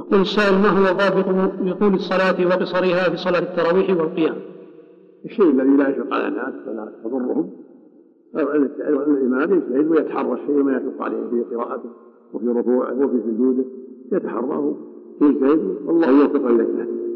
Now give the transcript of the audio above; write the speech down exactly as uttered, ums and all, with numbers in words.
يقول السائل: ما هو ضابط لطول الصلاة وقصرها في صلاة التراويح والقيام؟ الشيء الذي لا يشق على الناس ولا يضرهم، الإمام يجتهد ويتحرى الشيء ما يشق عليه في قراءته وفي ركوعه وفي سجوده، يتحراه ويجتهد والله يوفق الذين.